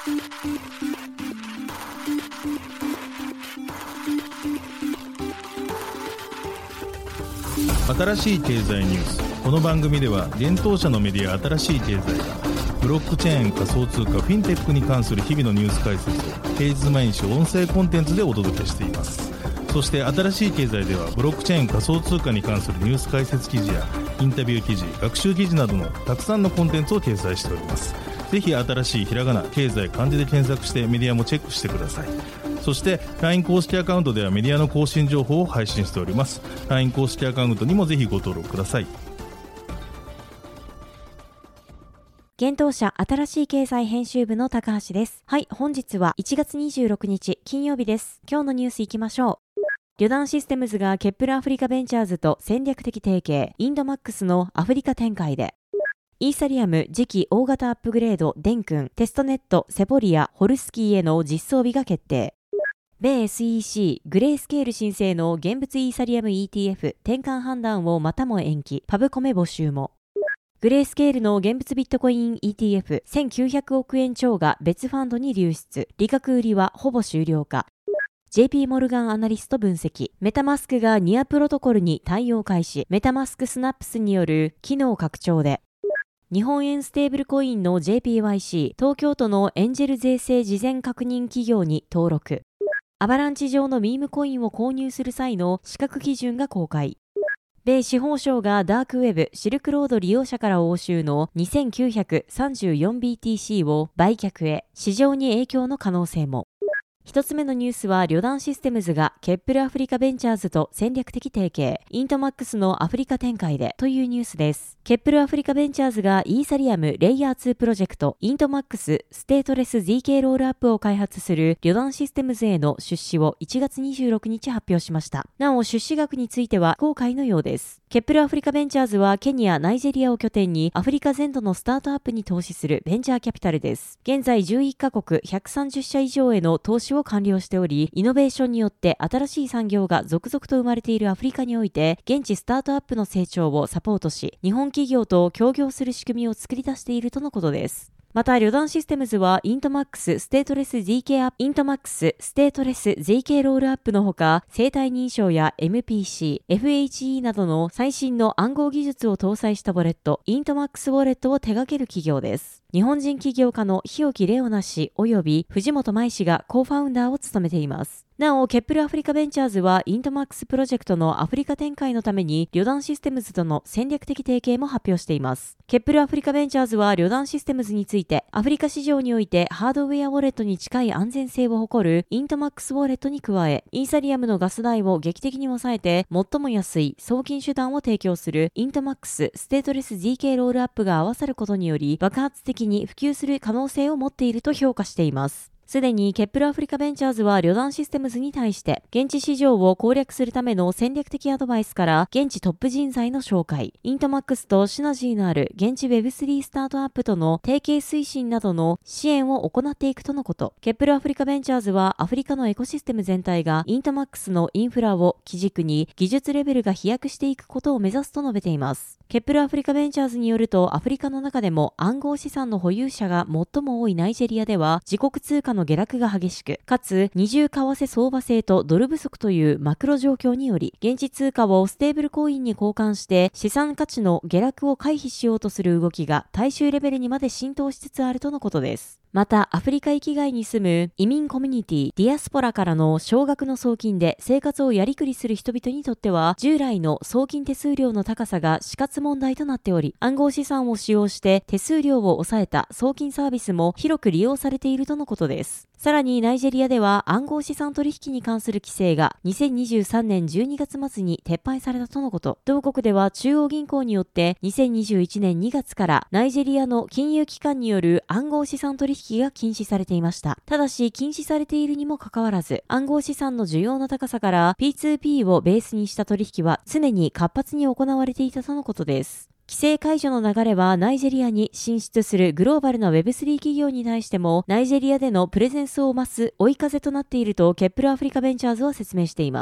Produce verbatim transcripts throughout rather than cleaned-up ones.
新しい経済ニュース。この番組では現当社のメディア新しい経済がブロックチェーン、仮想通貨、フィンテックに関する日々のニュース解説を平日毎日音声コンテンツでお届けしています。そして新しい経済ではブロックチェーン、仮想通貨に関するニュース解説記事やインタビュー記事、学習記事などのたくさんのコンテンツを掲載しております。ぜひ新しいひらがな、経済、漢字で検索してメディアもチェックしてください。そして ライン 公式アカウントではメディアの更新情報を配信しております。 ライン 公式アカウントにもぜひご登録ください。 現当社新しい経済編集部の高橋です。はい、本日はいちがつにじゅうろくにち金曜日です。今日のニュースいきましょう。リョダンシステムズがケップルアフリカベンチャーズと戦略的提携、インドマックスのアフリカ展開で、イーサリアム次期大型アップグレードデン君、テストネットセポリアホルスキーへの実装日が決定。米 エスイーシー グレースケール申請の現物イーサリアム イーティーエフ 転換判断をまたも延期、パブコメ募集も。グレースケールの現物ビットコイン イーティーエフせんきゅうひゃくおくえん超が別ファンドに流出、利確売りはほぼ終了か。ジェーピー モルガンアナリスト分析、メタマスクがニアプロトコルに対応開始、メタマスクスナップスによる機能拡張で、日本円ステーブルコインの ジェーピーワイシー、東京都のエンジェル税制事前確認企業に登録。アバランチ上のミームコインを購入する際の資格基準が公開。米司法省がダークウェブ、シルクロード利用者から押収の にせんきゅうひゃくさんじゅうよんビーティーシー を売却へ、市場に影響の可能性も。一つ目のニュースは、リョダンシステムズがケップルアフリカベンチャーズと戦略的提携、イントマックスのアフリカ展開でというニュースです。ケップルアフリカベンチャーズがイーサリアムレイヤーツープロジェクト、イントマックスステートレス ゼッケー ロールアップを開発するリョダンシステムズへの出資をいちがつにじゅうろくにち発表しました。なお、出資額については非公開のようです。ケップルアフリカベンチャーズはケニア、ナイジェリアを拠点にアフリカ全土のスタートアップに投資するベンチャーキャピタルです。現在じゅういっかこくひゃくさんじゅっしゃ以上への投資を完了しており、イノベーションによって新しい産業が続々と生まれているアフリカにおいて、現地スタートアップの成長をサポートし、日本企業と協業する仕組みを作り出しているとのことです。また、リョダンシステムズはイントマックスステートレス ゼッケー アップ、イントマックスステートレス ゼッケー ロールアップのほか、生体認証や エムピーシー、エフエイチイー などの最新の暗号技術を搭載したウォレット、イントマックスウォレットを手掛ける企業です。日本人起業家の日置レオナ氏及び藤本舞氏がコーファウンダーを務めています。なお、ケップルアフリカベンチャーズはイントマックスプロジェクトのアフリカ展開のためにリョダンシステムズとの戦略的提携も発表しています。ケップルアフリカベンチャーズはリョダンシステムズについて、アフリカ市場においてハードウェアウォレットに近い安全性を誇るイントマックスウォレットに加え、イーサリアムのガス代を劇的に抑えて最も安い送金手段を提供するイントマックスステートレス ゼッケー ロールアップが合わさることにより爆発的に普及する可能性を持っていると評価しています。すでにケップルアフリカベンチャーズはリョダンシステムズに対して現地市場を攻略するための戦略的アドバイスから現地トップ人材の紹介、イントマックスとシナジーのある現地 ウェブスリー スタートアップとの提携推進などの支援を行っていくとのこと。ケップルアフリカベンチャーズはアフリカのエコシステム全体がイントマックスのインフラを基軸に技術レベルが飛躍していくことを目指すと述べています。ケップルアフリカベンチャーズによると、アフリカの中でも暗号資産の保有者が最も多いナイジェリアでは自国通貨の下落が激しく、かつ二重為替相場制とドル不足というマクロ状況により、現地通貨をステーブルコインに交換して資産価値の下落を回避しようとする動きが大衆レベルにまで浸透しつつあるとのことです。また、アフリカ域外に住む移民コミュニティ、ディアスポラからの少額の送金で生活をやりくりする人々にとっては、従来の送金手数料の高さが死活問題となっており、暗号資産を使用して手数料を抑えた送金サービスも広く利用されているとのことです。さらにナイジェリアでは暗号資産取引に関する規制がにせんにじゅうさんねんじゅうにがつ末に撤廃されたとのこと。同国では中央銀行によってにせんにじゅういちねんにがつからナイジェリアの金融機関による暗号資産取引が禁止されていました。ただし禁止されているにもかかわらず、暗号資産の需要の高さから ピーツーピー をベースにした取引は常に活発に行われていたとのことです。規制解除の流れはナイジェリアに進出するグローバルな ウェブスリー 企業に対してもナイジェリアでのプレゼンスを増す追い風となっているとケップルアフリカベンチャーズは説明しています。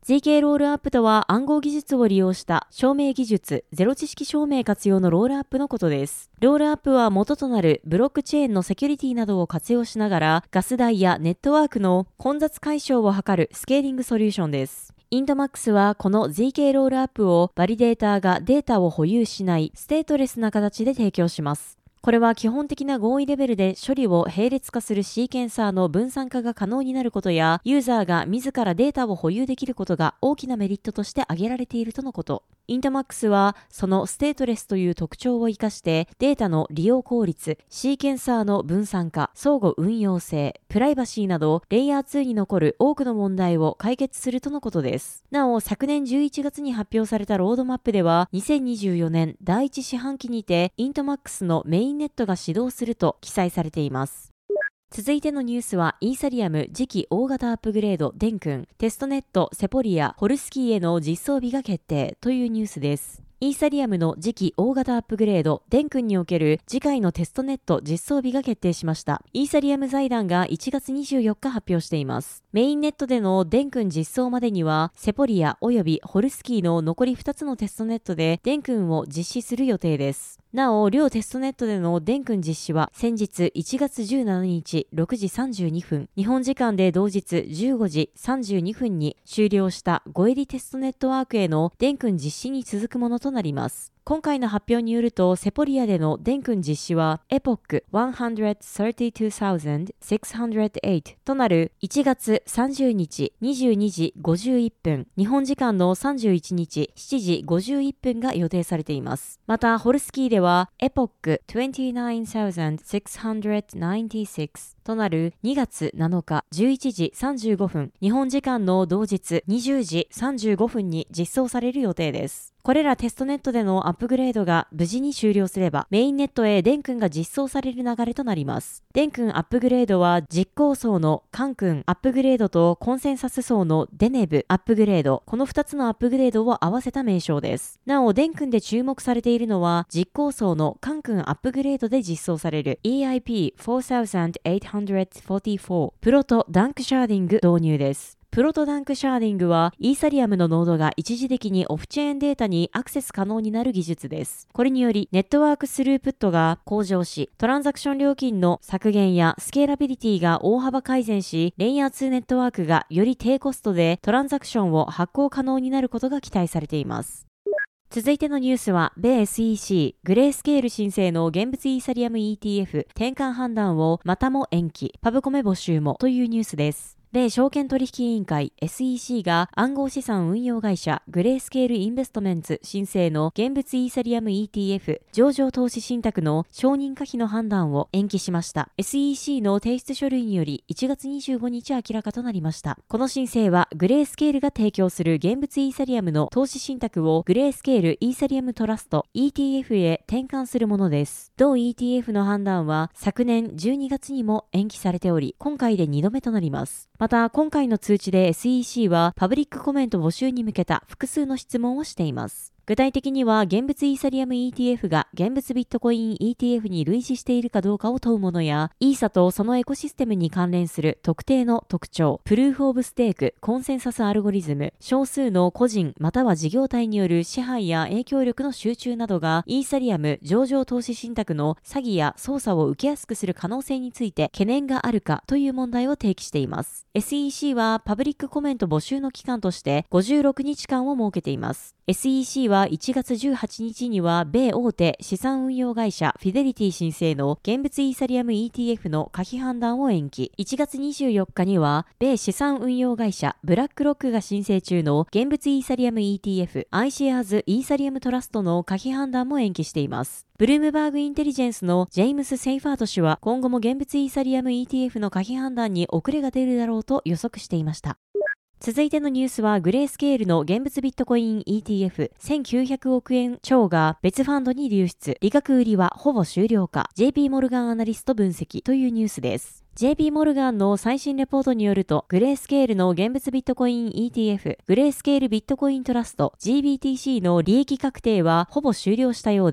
ゼーケー ロールアップとは暗号技術を利用した証明技術、ゼロ知識証明活用のロールアップのことです。ロールアップは元となるブロックチェーンのセキュリティなどを活用しながらガス代やネットワークの混雑解消を図るスケーリングソリューションです。イントマックスはこの ゼーケー ロールアップをバリデーターがデータを保有しないステートレスな形で提供します。これは基本的な合意レベルで処理を並列化するシーケンサーの分散化が可能になることや、ユーザーが自らデータを保有できることが大きなメリットとして挙げられているとのこと。イントマックスはそのステートレスという特徴を生かしてデータの利用効率、シーケンサーの分散化、相互運用性、プライバシーなどレイヤーツーに残る多くの問題を解決するとのことです。なお、昨年じゅういちがつに発表されたロードマップではにせんにじゅうよねんだいいち四半期にてイントマックスのメインネットが始動すると記載されています。続いてのニュースは、イーサリアム次期大型アップグレードデン君、テストネットセポリアホルスキーへの実装日が決定というニュースです。イーサリアムの次期大型アップグレードデン君における次回のテストネット実装日が決定しました。イーサリアム財団がいちがつにじゅうよっか発表しています。メインネットでのデン君実装までにはセポリアおよびホルスキーの残りふたつのテストネットでデン君を実施する予定です。なお、両テストネットでのデン君実施は先日いちがつじゅうしちにちろくじさんじゅうにふん、日本時間で同日じゅうごじさんじゅうにふんに終了したごエディテストネットワークへのデン君実施に続くものとなります。今回の発表によると、セポリアでのデン君実施はエポックいちさんににさんろくぜろはちとなるいちがつさんじゅうにちにじゅうにじごじゅういっぷん、日本時間のさんじゅういちにちしちじごじゅういっぷんが予定されています。また、ホルスキーではエポックにじゅうきゅうせんろくひゃくきゅうじゅうろくとなるにがつなのかじゅういちじさんじゅうごふん、日本時間の同日にじゅうじさんじゅうごふんに実装される予定です。これらテストネットでのアップグレードが無事に終了すれば、メインネットへデン君が実装される流れとなります。デン君アップグレードは実行層のカン君アップグレードとコンセンサス層のデネブアップグレード、このふたつのアップグレードを合わせた名称です。なお、デン君で注目されているのは実行層のカン君アップグレードで実装される イーアイピーよんはちよんよんプロトダンクシャーディング導入です。プロトダンクシャーディングはイーサリアムのノードが一時的にオフチェーンデータにアクセス可能になる技術です。これによりネットワークスループットが向上し、トランザクション料金の削減やスケーラビリティが大幅改善し、レイヤーツーネットワークがより低コストでトランザクションを発行可能になることが期待されています。続いてのニュースは、米 エスイーシー、グレースケール申請の現物イーサリアム イーティーエフ 転換判断をまたも延期、パブコメ募集もというニュースです。米証券取引委員会 エスイーシー が暗号資産運用会社グレースケールインベストメンツ申請の現物イーサリアム イーティーエフ 上場投資信託の承認可否の判断を延期しました。 エスイーシー の提出書類によりいちがつにじゅうごにち明らかとなりました。この申請はグレースケールが提供する現物イーサリアムの投資信託をグレースケールイーサリアムトラスト イーティーエフ へ転換するものです。同 イーティーエフ の判断は昨年じゅうにがつにも延期されており、今回でにどめとなります。また、今回の通知で エスイーシー はパブリックコメント募集に向けた複数の質問をしています。具体的には、現物イーサリアム イーティーエフ が現物ビットコイン イーティーエフ に類似しているかどうかを問うものや、イーサとそのエコシステムに関連する特定の特徴、プルーフオブステーク、コンセンサスアルゴリズム、少数の個人または事業体による支配や影響力の集中などが、イーサリアム上場投資信託の詐欺や操作を受けやすくする可能性について懸念があるかという問題を提起しています。エスイーシー はパブリックコメント募集の期間としてごじゅうろくにちかんを設けています。エスイーシー はいちがつじゅうはちにちには米大手資産運用会社フィデリティ申請の現物イーサリアム イーティーエフ の可否判断を延期。いちがつにじゅうよっかには米資産運用会社ブラックロックが申請中の現物イーサリアム イーティーエフ iShares イーサリアムトラストの可否判断も延期しています。ブルームバーグインテリジェンスのジェームス・セイファート氏は今後も現物イーサリアム イーティーエフ の可否判断に遅れが出るだろうと予測していました。続いてのニュースは、グレースケールの現物ビットコイン イーティーエフせんきゅうひゃくおくえん超が別ファンドに流出、利確売りはほぼ終了か、 ジェイピー モルガンアナリスト分析というニュースです。ジェイピー モルガンの最新レポートによると、グレースケールの現物ビットコイン イーティーエフ、グレースケールビットコイントラスト ジービーティーシー の利益確定はほぼ終了したようです。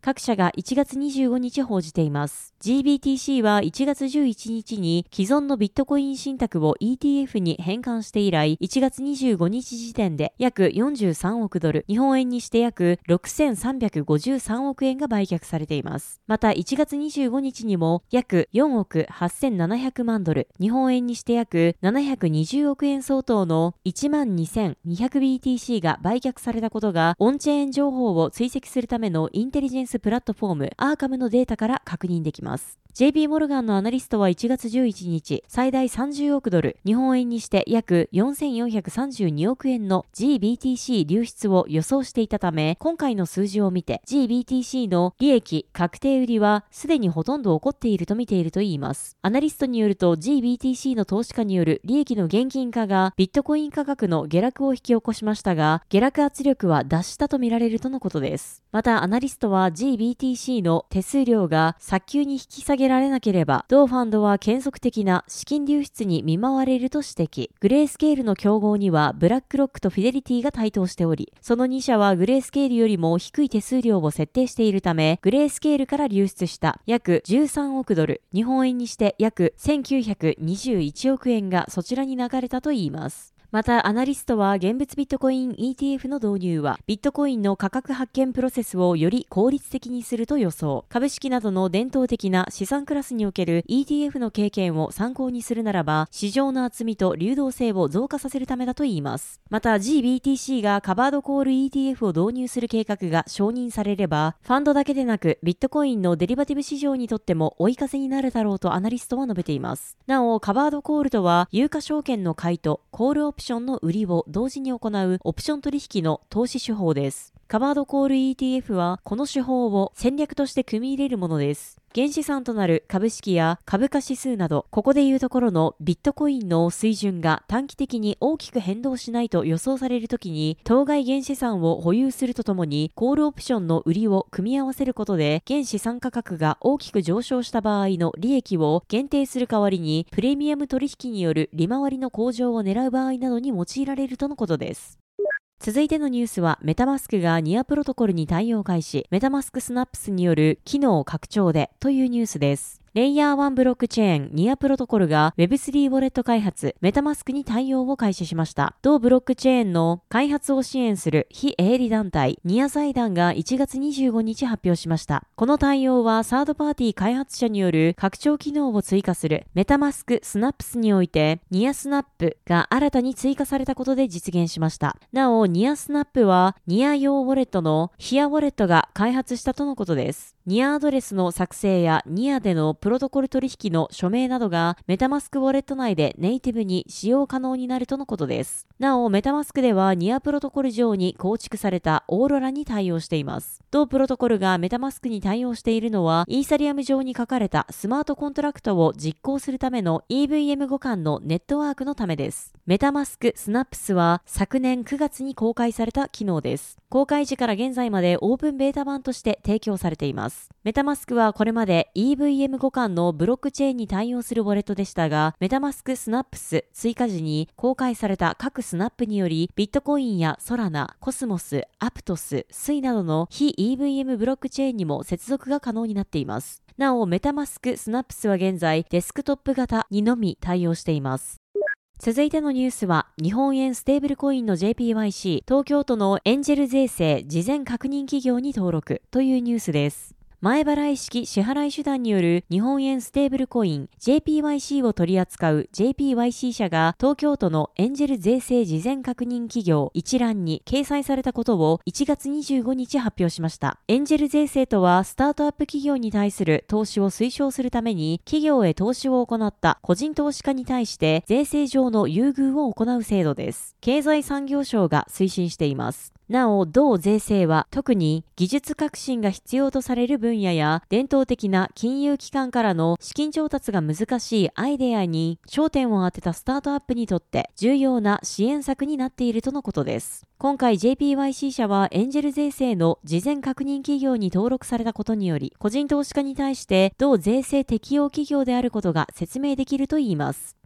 各社がいちがつにじゅうごにち報じています。ジービーティーシー はいちがつじゅういちにちに既存のビットコイン信託を イーティーエフ に変換して以来、いちがつにじゅうごにち時点で約よんじゅうさんおくドル、日本円にして約ろくせんさんびゃくごじゅうさんおくえんが売却されています。またいちがつにじゅうごにちにも約よんおくはっせんななひゃくまんドル、日本円にして約ななひゃくにじゅうおくえん相当の いちまんにせんにひゃくビーティーシー が売却されたことがオンチェーン情報を追跡するためのインテリジェンスプラットフォームアーカムのデータから確認できます。ジェイピー モルガンのアナリストはいちがつじゅういちにち、最大さんじゅうおくドル、日本円にして約よんせんよんひゃくさんじゅうにおくえんの ジービーティーシー 流出を予想していたため、今回の数字を見て ジービーティーシー の利益確定売りはすでにほとんど起こっていると見ているといいます。アナリストによると ジービーティーシー の投資家による利益の現金化がビットコイン価格の下落を引き起こしましたが、下落圧力は脱したと見られるとのことです。またアナリストは ジービーティーシー の手数料が早急に引き下げられなければ、同ファンドは継続的な資金流出に見舞われると指摘。グレースケールの競合にはブラックロックとフィデリティが台頭しており、そのにしゃはグレースケールよりも低い手数料を設定しているため、グレースケールから流出した約じゅうさんおくドル、日本円にして約せんきゅうひゃくにじゅういちおくえんがそちらに流れたといいます。またアナリストは現物ビットコイン イーティーエフ の導入はビットコインの価格発見プロセスをより効率的にすると予想。株式などの伝統的な資産クラスにおける イーティーエフ の経験を参考にするならば、市場の厚みと流動性を増加させるためだといいます。また ジービーティーシー がカバードコール イーティーエフ を導入する計画が承認されれば、ファンドだけでなくビットコインのデリバティブ市場にとっても追い風になるだろうとアナリストは述べています。なおカバードコールとは有価証券の買いとコールオプションの売りを同時に行うオプション取引の投資手法です。カバードコール イーティーエフ はこの手法を戦略として組み入れるものです。原資産となる株式や株価指数など、ここでいうところのビットコインの水準が短期的に大きく変動しないと予想されるときに、当該原資産を保有するとともに、コールオプションの売りを組み合わせることで、原資産価格が大きく上昇した場合の利益を限定する代わりに、プレミアム取引による利回りの向上を狙う場合などに用いられるとのことです。続いてのニュースは、メタマスクがニアプロトコルに対応開始、メタマスクスナップスによる機能拡張でというニュースです。レイヤーワンブロックチェーンニアプロトコルが ウェブスリー ウォレット開発メタマスクに対応を開始しました。同ブロックチェーンの開発を支援する非営利団体ニア財団がいちがつにじゅうごにち発表しました。この対応はサードパーティー開発者による拡張機能を追加するメタマスクスナップスにおいてニアスナップが新たに追加されたことで実現しました。なおニアスナップはニア用ウォレットのヒアウォレットが開発したとのことです。ニアアドレスの作成やニアでのプロトコル取引の署名などがメタマスクウォレット内でネイティブに使用可能になるとのことです。なおメタマスクではニアプロトコル上に構築されたオーロラに対応しています。同プロトコルがメタマスクに対応しているのはイーサリアム上に書かれたスマートコントラクトを実行するための イーブイエム 互換のネットワークのためです。メタマスクスナップスは昨年くがつに公開された機能です。公開時から現在までオープンベータ版として提供されています。メタマスクはこれまで イーブイエム 互換のブロックチェーンに対応するウォレットでしたが、メタマスクスナップス追加時に公開された各スナップにより、ビットコインやソラナ、コスモス、アプトス、スイなどの非 イーブイエム ブロックチェーンにも接続が可能になっています。なお、メタマスクスナップスは現在デスクトップ型にのみ対応しています。続いてのニュースは、日本円ステーブルコインの ジェイピーワイシー、東京都のエンジェル税制事前確認企業に登録というニュースです。前払い式支払い手段による日本円ステーブルコイン ジェイピーワイシー を取り扱う ジェイピーワイシー 社が東京都のエンジェル税制事前確認企業一覧に掲載されたことをいちがつにじゅうごにち発表しました。エンジェル税制とはスタートアップ企業に対する投資を推奨するために企業へ投資を行った個人投資家に対して税制上の優遇を行う制度です。経済産業省が推進しています。なお、同税制は特に技術革新が必要とされる分野や伝統的な金融機関からの資金調達が難しいアイデアに焦点を当てたスタートアップにとって重要な支援策になっているとのことです。今回 ジェイピーワイシー 社はエンジェル税制の事前確認企業に登録されたことにより、個人投資家に対して同税制適用企業であることが説明できるといいます。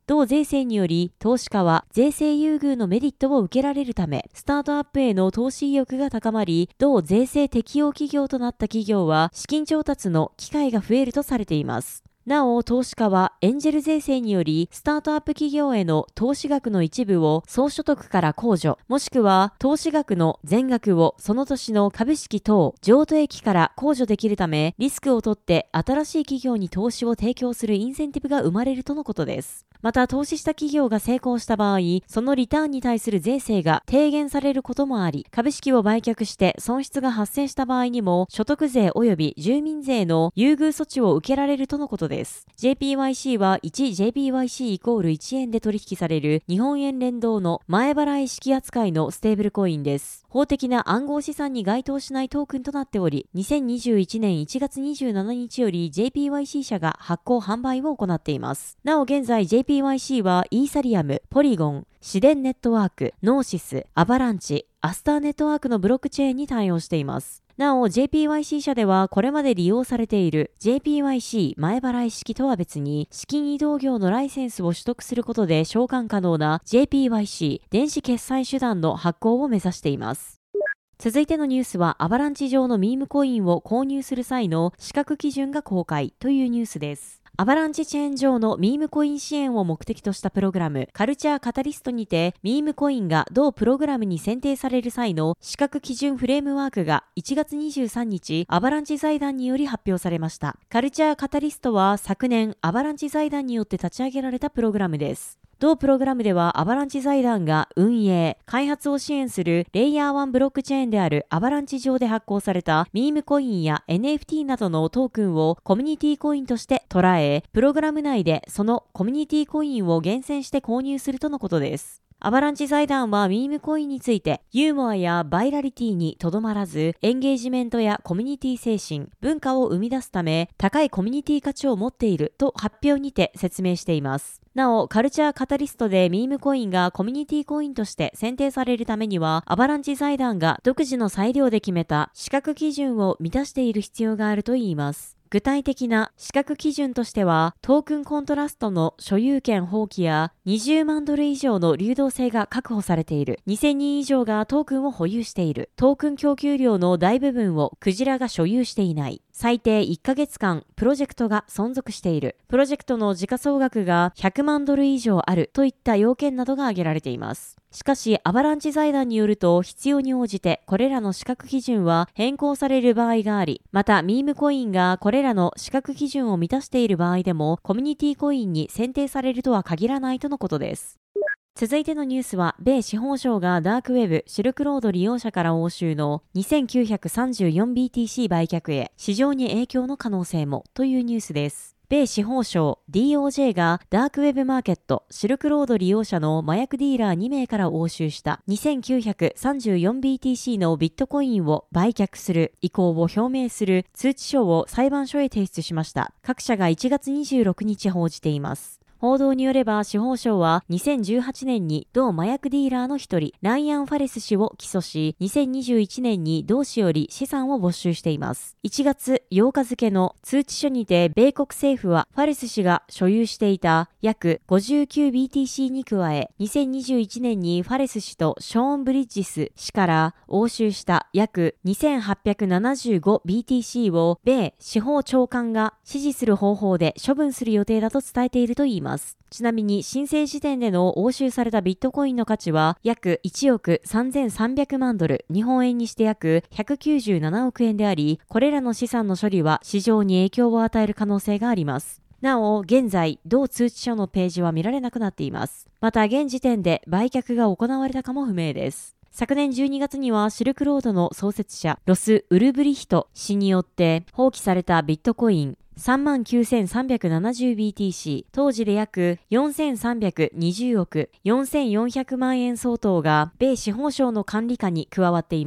同税制により投資家は税制優遇のメリットを受けられるため、スタートアップへの投資意欲が高まり、同税制適用企業となった企業は資金調達の機会が増えるとされています。なお、投資家はエンジェル税制により、スタートアップ企業への投資額の一部を総所得から控除、もしくは投資額の全額をその年の株式等譲渡益から控除できるため、リスクを取って新しい企業に投資を提供するインセンティブが生まれるとのことです。また、投資した企業が成功した場合、そのリターンに対する税制が低減されることもあり、株式を売却して損失が発生した場合にも、所得税及び住民税の優遇措置を受けられるとのことです。ジェーピーワイシー はいちジェーピーワイシー イコールいちえんで取引される日本円連動の前払い式扱いのステーブルコインです。法的な暗号資産に該当しないトークンとなっており、にせんにじゅういちねんいちがつにじゅうしちにちより ジェーピーワイシー 社が発行販売を行っています。なお現在 ジェーピーワイシー はイーサリアム、ポリゴン、シデンネットワーク、ノーシス、アバランチ、アスターネットワークのブロックチェーンに対応しています。なお ジェーピーワイシー 社ではこれまで利用されている ジェーピーワイシー 前払い式とは別に資金移動業のライセンスを取得することで償還可能な ジェーピーワイシー 電子決済手段の発行を目指しています。続いてのニュースはアバランチ上のミームコインを購入する際の資格基準が公開というニュースです。アバランチチェーン上のミームコイン支援を目的としたプログラムカルチャーカタリストにてミームコインが同プログラムに選定される際の資格基準フレームワークがいちがつにじゅうさんにちアバランチ財団により発表されました。カルチャーカタリストは昨年アバランチ財団によって立ち上げられたプログラムです。同プログラムではアバランチ財団が運営、開発を支援するレイヤーワンブロックチェーンであるアバランチ上で発行されたミームコインや エヌエフティー などのトークンをコミュニティコインとして捉え、プログラム内でそのコミュニティコインを厳選して購入するとのことです。アバランチ財団はミームコインについてユーモアやバイラリティにとどまらずエンゲージメントやコミュニティ精神、文化を生み出すため高いコミュニティ価値を持っていると発表にて説明しています。なお、カルチャーカタリストでミームコインがコミュニティコインとして選定されるためにはアバランチ財団が独自の裁量で決めた資格基準を満たしている必要があるといいます。具体的な資格基準としては、トークンコントラストの所有権放棄やにじゅうまんドル以上の流動性が確保されている、にせんにん以上がトークンを保有している、トークン供給量の大部分をクジラが所有していない、最低いっかげつかんプロジェクトが存続している、プロジェクトの時価総額がひゃくまんドル以上あるといった要件などが挙げられています。しかし、アバランチ財団によると、必要に応じてこれらの資格基準は変更される場合があり、また、ミームコインがこれらの資格基準を満たしている場合でも、コミュニティコインに選定されるとは限らないとのことです。続いてのニュースは、米司法省がダークウェブ、シルクロード利用者から押収の にせんきゅうひゃくさんじゅうよんビーティーシー 売却へ、市場に影響の可能性もというニュースです。米司法省 ディーオージェー がダークウェブマーケットシルクロード利用者の麻薬ディーラーにめいから押収したにせんきゅうひゃくさんじゅうよんビーティーシー のビットコインを売却する意向を表明する通知書を裁判所へ提出しました。各社がいちがつにじゅうろくにち報じています。報道によれば司法省はにせんじゅうはちねんに同麻薬ディーラーの一人ライアン・ファレス氏を起訴し、にせんにじゅういちねんに同氏より資産を没収しています。いちがつようか付の通知書にて米国政府はファレス氏が所有していた約 ごじゅうきゅうビーティーシー に加え、にせんにじゅういちねんにファレス氏とショーン・ブリッジス氏から押収した約 にせんはっぴゃくななじゅうごビーティーシー を米司法長官が指示する方法で処分する予定だと伝えているといいます。ちなみに申請時点での押収されたビットコインの価値は約いちおくさんぜんさんびゃくまんドル、日本円にして約ひゃくきゅうじゅうななおくえんであり、これらの資産の処理は市場に影響を与える可能性があります。なお、現在、同通知書のページは見られなくなっています。また、現時点で売却が行われたかも不明です。昨年じゅうにがつにはシルクロードの創設者、ロス・ウルブリヒト氏によって放棄されたビットコイン、さんまんきゅうせんさんびゃくななじゅうビーティーシー、当時で約よんせんさんびゃくにじゅうおくよんせんよんひゃくまんえん相当が米司法省の管理下に加わっています。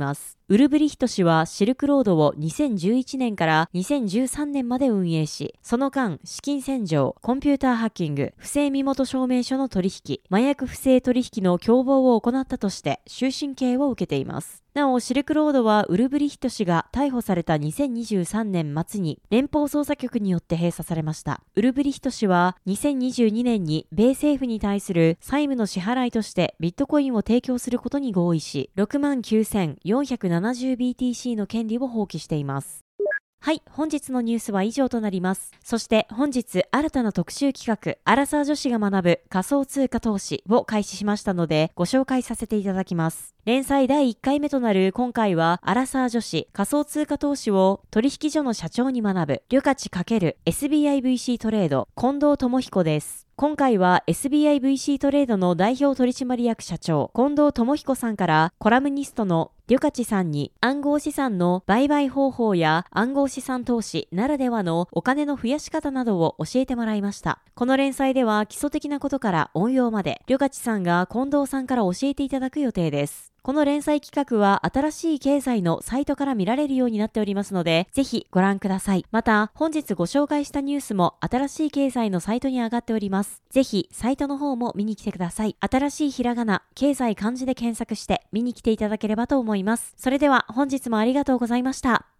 ウルブリヒト氏はシルクロードをにせんじゅういちねんからにせんじゅうさんねんまで運営し、その間、資金洗浄、コンピューターハッキング、不正身元証明書の取引、麻薬不正取引の共謀を行ったとして終身刑を受けています。なお、シルクロードはウルブリヒト氏が逮捕されたにせんにじゅうさんねん末に連邦捜査局によって閉鎖されました。ウルブリヒト氏はにせんにじゅうにねんに米政府に対する債務の支払いとしてビットコインを提供することに合意し、ろくまんきゅうせんよんひゃくななじゅうビーティーシー の権利を放棄しています。はい、本日のニュースは以上となります。そして本日新たな特集企画、アラサー女子が学ぶ仮想通貨投資を開始しましたのでご紹介させていただきます。連載だいいっかいめとなる今回はアラサー女子仮想通貨投資を取引所の社長に学ぶリョカチ×エスビーアイブイシー トレード近藤智彦です。今回は エスビーアイブイシー トレードの代表取締役社長近藤智彦さんからコラムニストのリョカチさんに暗号資産の売買方法や暗号資産投資ならではのお金の増やし方などを教えてもらいました。この連載では基礎的なことから応用までリョカチさんが近藤さんから教えていただく予定です。この連載企画は新しい経済のサイトから見られるようになっておりますので、ぜひご覧ください。また、本日ご紹介したニュースも新しい経済のサイトに上がっております。ぜひ、サイトの方も見に来てください。新しいひらがな、経済漢字で検索して見に来ていただければと思います。それでは本日もありがとうございました。